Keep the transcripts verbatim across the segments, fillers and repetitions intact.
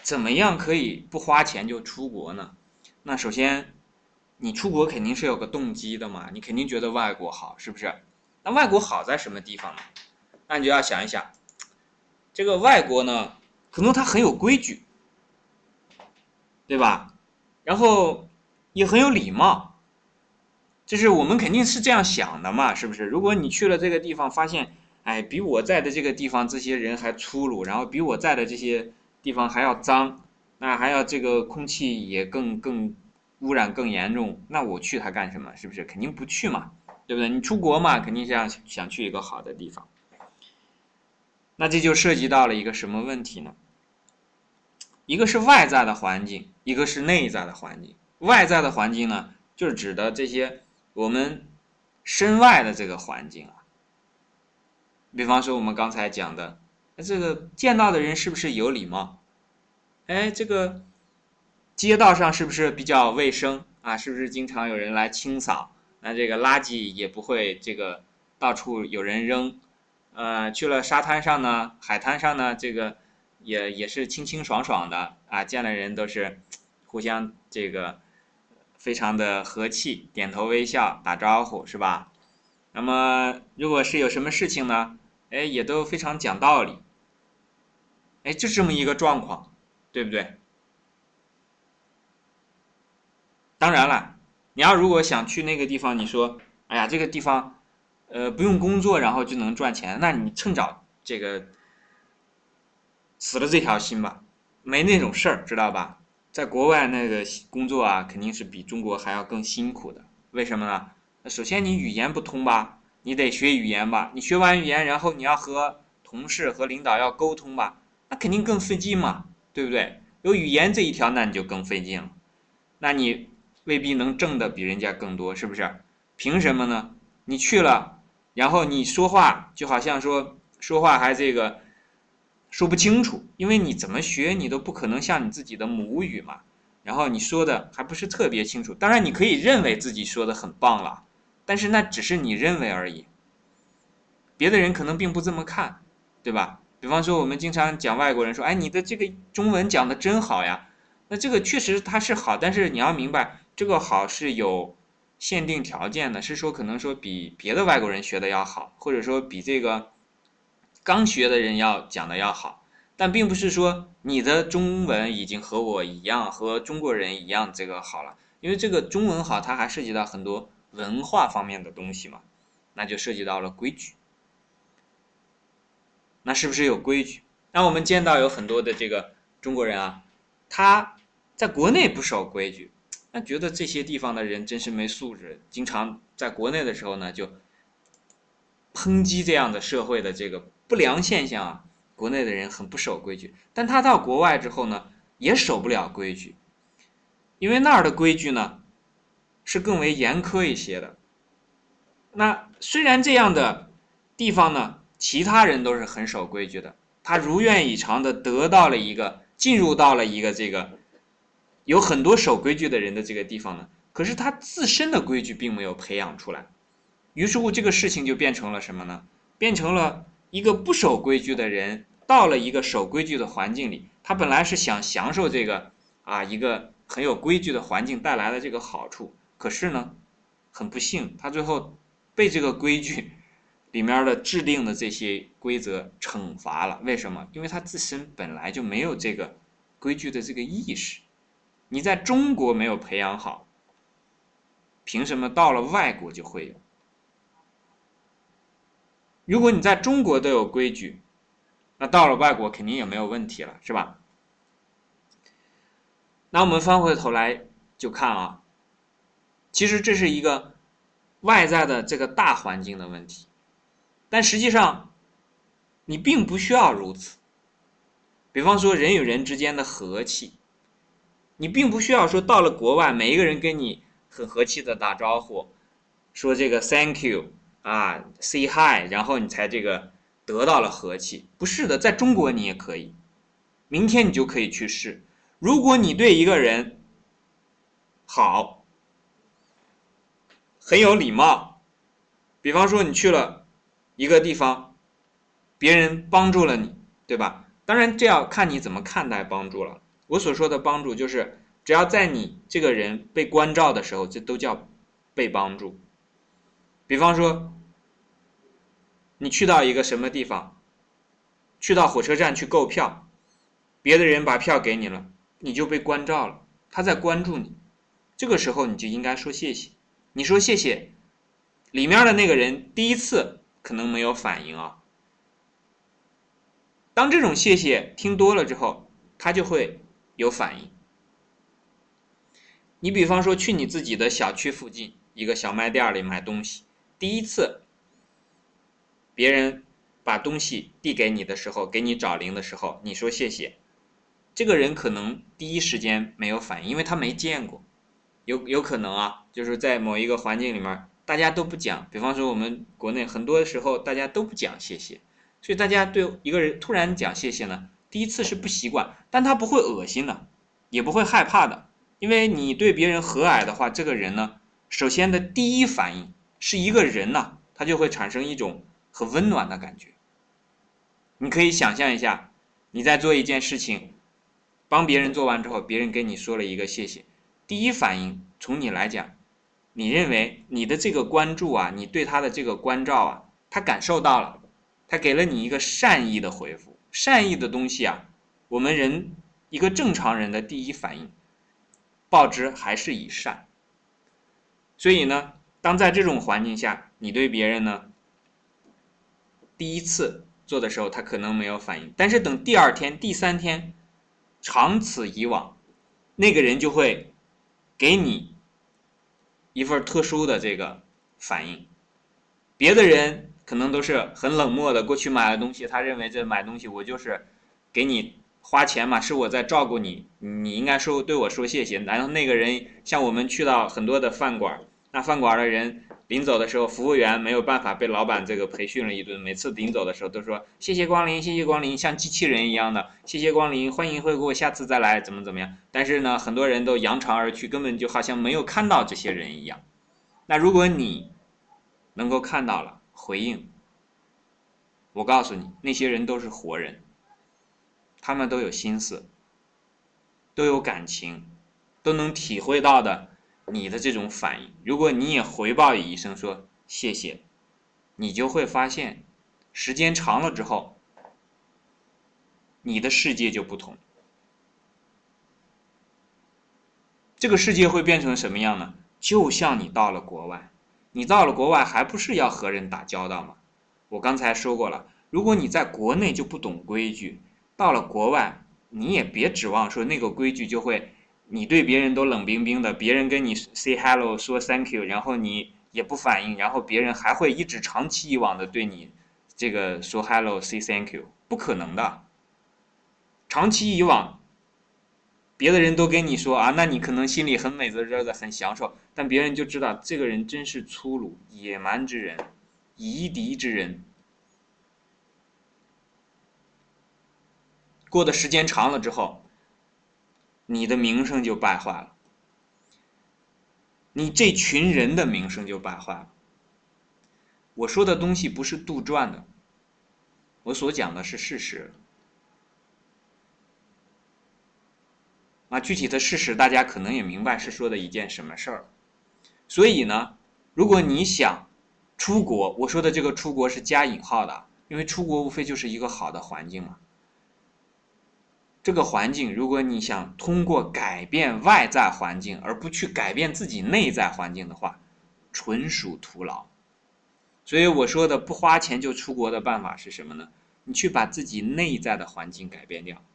怎么样可以不花钱就出国呢？那首先，你出国肯定是有个动机的嘛，你肯定觉得外国好，是不是？那外国好在什么地方呢？那你就要想一想，这个外国呢，可能它很有规矩，对吧？然后也很有礼貌，就是我们肯定是这样想的嘛，是不是？如果你去了这个地方，发现，哎，比我在的这个地方这些人还粗鲁，然后比我在的这些地方还要脏，那还要这个空气也更更污染更严重，那我去它干什么？是不是？肯定不去嘛，对不对？你出国嘛，肯定是想想去一个好的地方。那这就涉及到了一个什么问题呢？一个是外在的环境，一个是内在的环境。外在的环境呢，就是指的这些我们身外的这个环境啊。比方说我们刚才讲的，这个见到的人是不是有礼貌？哎，这个街道上是不是比较卫生啊？是不是经常有人来清扫？那这个垃圾也不会这个到处有人扔。呃，去了沙滩上呢，海滩上呢，这个也也是清清爽爽的啊，见了人都是互相这个非常的和气，点头微笑，打招呼，是吧？那么如果是有什么事情呢，哎，也都非常讲道理，哎，就这么一个状况，对不对？当然了，你要如果想去那个地方，你说，哎呀，这个地方，呃，不用工作然后就能赚钱，那你趁早这个死了这条心吧，没那种事儿，知道吧？在国外那个工作啊，肯定是比中国还要更辛苦的。为什么呢？首先你语言不通吧，你得学语言吧，你学完语言，然后你要和同事和领导要沟通吧，那肯定更费劲嘛，对不对？有语言这一条，那你就更费劲了。那你未必能挣的比人家更多，是不是？凭什么呢？你去了，然后你说话就好像说说话还这个说不清楚，因为你怎么学你都不可能像你自己的母语嘛。然后你说的还不是特别清楚，当然你可以认为自己说的很棒了，但是那只是你认为而已，别的人可能并不这么看，对吧？比方说我们经常讲外国人说，哎，你的这个中文讲的真好呀，那这个确实它是好，但是你要明白，这个好是有限定条件的，是说可能说比别的外国人学的要好，或者说比这个刚学的人要讲的要好，但并不是说你的中文已经和我一样，和中国人一样这个好了，因为这个中文好，它还涉及到很多文化方面的东西嘛，那就涉及到了规矩。那是不是有规矩？那我们见到有很多的这个中国人啊，他在国内不守规矩，那觉得这些地方的人真是没素质，经常在国内的时候呢，就抨击这样的社会的这个不良现象啊。国内的人很不守规矩，但他到国外之后呢，也守不了规矩，因为那儿的规矩呢是更为严苛一些的。那虽然这样的地方呢，其他人都是很守规矩的，他如愿以偿的得到了一个进入到了一个这个有很多守规矩的人的这个地方呢，可是他自身的规矩并没有培养出来，于是乎这个事情就变成了什么呢？变成了一个不守规矩的人到了一个守规矩的环境里，他本来是想享受这个啊一个很有规矩的环境带来的这个好处，可是呢，很不幸，他最后被这个规矩里面的制定的这些规则惩罚了。为什么？因为他自身本来就没有这个规矩的这个意识，你在中国没有培养好，凭什么到了外国就会有？如果你在中国都有规矩，那到了外国肯定也没有问题了，是吧？那我们翻回头来就看啊，其实这是一个外在的这个大环境的问题，但实际上你并不需要如此。比方说人与人之间的和气，你并不需要说到了国外每一个人跟你很和气的打招呼，说这个 thank you 啊 say hi， 然后你才这个得到了和气。不是的，在中国你也可以，明天你就可以去试。如果你对一个人好，很有礼貌，比方说你去了一个地方，别人帮助了你，对吧？当然这要看你怎么看待帮助了。 我所说的帮助就是，只要在你这个人被关照的时候，这都叫被帮助。比方说，你去到一个什么地方，去到火车站去购票，别的人把票给你了，你就被关照了，他在关注你，这个时候你就应该说谢谢。你说谢谢，里面的那个人第一次可能没有反应啊，当这种谢谢听多了之后，他就会有反应。你比方说去你自己的小区附近一个小卖店里买东西，第一次别人把东西递给你的时候，给你找零的时候，你说谢谢，这个人可能第一时间没有反应，因为他没见过。有有可能啊，就是在某一个环境里面大家都不讲，比方说我们国内很多时候大家都不讲谢谢，所以大家对一个人突然讲谢谢呢，第一次是不习惯，但他不会恶心的，也不会害怕的，因为你对别人和蔼的话，这个人呢，首先的第一反应是一个人呢、啊，他就会产生一种很温暖的感觉。你可以想象一下，你在做一件事情，帮别人做完之后，别人跟你说了一个谢谢，第一反应从你来讲，你认为你的这个关注啊，你对他的这个关照啊，他感受到了，他给了你一个善意的回复。善意的东西啊，我们人一个正常人的第一反应，报之还是以善。所以呢，当在这种环境下，你对别人呢，第一次做的时候，他可能没有反应，但是等第二天、第三天，长此以往，那个人就会给你一份特殊的这个反应。别的人可能都是很冷漠的，过去买了东西，他认为这买东西我就是给你花钱嘛，是我在照顾你，你应该说对我说谢谢。然后那个人像我们去到很多的饭馆，那饭馆的人临走的时候，服务员没有办法，被老板这个培训了一顿，每次临走的时候都说谢谢光临，谢谢光临，像机器人一样的谢谢光临，欢迎回国，下次再来，怎么怎么样。但是呢，很多人都扬长而去，根本就好像没有看到这些人一样。那如果你能够看到了回应，我告诉你，那些人都是活人，他们都有心思，都有感情，都能体会到的你的这种反应。如果你也回报以一声说谢谢，你就会发现时间长了之后，你的世界就不同。这个世界会变成什么样呢？就像你到了国外，你到了国外还不是要和人打交道吗？我刚才说过了，如果你在国内就不懂规矩，到了国外你也别指望说那个规矩就会你对别人都冷冰冰的，别人跟你 say hello 说 thank you， 然后你也不反应，然后别人还会一直长期以往的对你这个说 hello say thank you， 不可能的。长期以往别的人都跟你说啊，那你可能心里很美滋滋的，很享受，但别人就知道这个人真是粗鲁、野蛮之人、夷狄之人。过的时间长了之后，你的名声就败坏了，你这群人的名声就败坏了。我说的东西不是杜撰的，我所讲的是事实。啊，具体的事实大家可能也明白是说的一件什么事儿。所以呢，如果你想出国，我说的这个出国是加引号的，因为出国无非就是一个好的环境嘛。这个环境，如果你想通过改变外在环境而不去改变自己内在环境的话，纯属徒劳。所以我说的不花钱就出国的办法是什么呢？你去把自己内在的环境改变掉。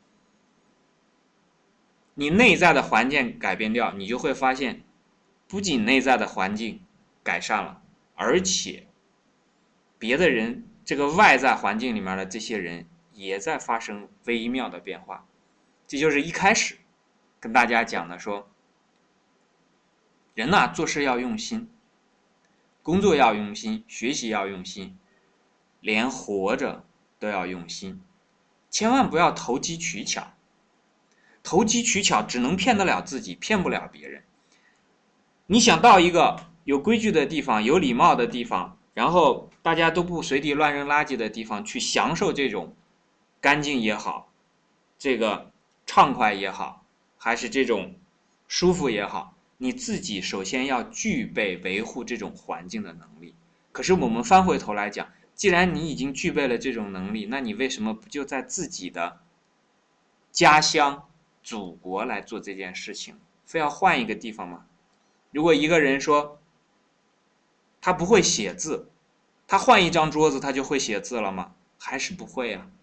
你内在的环境改变掉，你就会发现，不仅内在的环境改善了，而且别的人这个外在环境里面的这些人也在发生微妙的变化。这就是一开始跟大家讲的说，人呐、啊、做事要用心，工作要用心，学习要用心，连活着都要用心，千万不要投机取巧。投机取巧只能骗得了自己，骗不了别人。你想到一个有规矩的地方，有礼貌的地方，然后大家都不随地乱扔垃圾的地方，去享受这种干净也好，这个畅快也好，还是这种舒服也好，你自己首先要具备维护这种环境的能力。可是我们翻回头来讲，既然你已经具备了这种能力，那你为什么不就在自己的家乡、祖国来做这件事情？非要换一个地方吗？如果一个人说他不会写字，他换一张桌子他就会写字了吗？还是不会啊。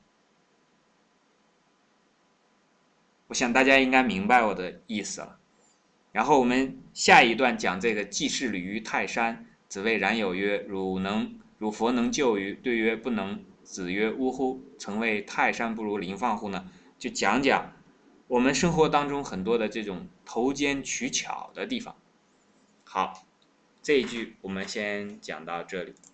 我想大家应该明白我的意思了。然后我们下一段讲这个既是履于泰山，子谓冉有曰：汝能汝佛能救于？对曰不能。子曰呜呼！曾谓泰山不如林放乎呢？就讲讲我们生活当中很多的这种投机取巧的地方。好，这一句我们先讲到这里。